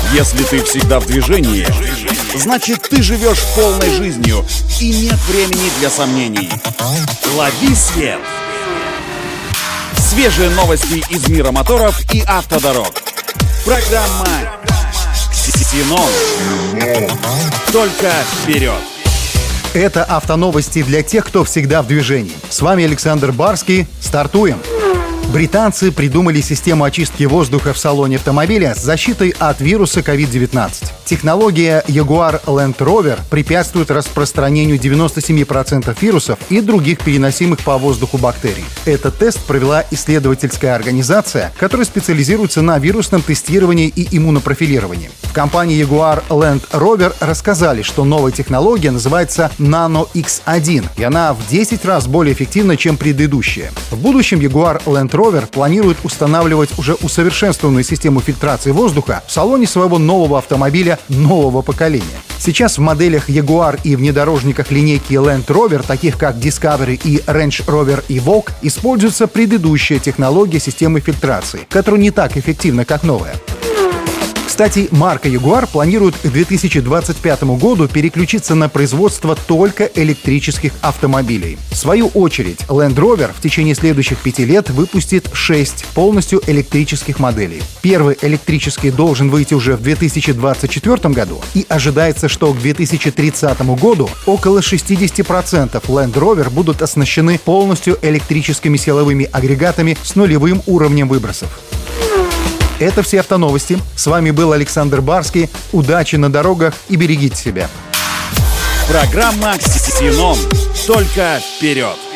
Если ты всегда в движении, значит, ты живешь полной жизнью и нет времени для сомнений. Лови свет! Свежие новости из мира моторов и автодорог. Программа «Ксенон». Только вперед! Это автоновости для тех, кто всегда в движении. С вами Александр Барский. Стартуем! Британцы придумали систему очистки воздуха в салоне автомобиля с защитой от вируса COVID-19. Технология Jaguar Land Rover препятствует распространению 97% вирусов и других переносимых по воздуху бактерий. Этот тест провела исследовательская организация, которая специализируется на вирусном тестировании и иммунопрофилировании. В компании Jaguar Land Rover рассказали, что новая технология называется Nano X1, и она в 10 раз более эффективна, чем предыдущая. В будущем Jaguar Land Rover планирует устанавливать уже усовершенствованную систему фильтрации воздуха в салоне своего нового автомобиля нового поколения. Сейчас в моделях Jaguar и внедорожниках линейки Land Rover, таких как Discovery и Range Rover Evoque, используется предыдущая технология системы фильтрации, которая не так эффективна, как новая. Кстати, марка Jaguar планирует к 2025 году переключиться на производство только электрических автомобилей. В свою очередь, Land Rover в течение следующих 5 лет выпустит 6 полностью электрических моделей. Первый электрический должен выйти уже в 2024 году, и ожидается, что к 2030 году около 60% Land Rover будут оснащены полностью электрическими силовыми агрегатами с нулевым уровнем выбросов. Это все автоновости. С вами был Александр Барский. Удачи на дорогах и берегите себя. Программа «Ксенон». Только вперед!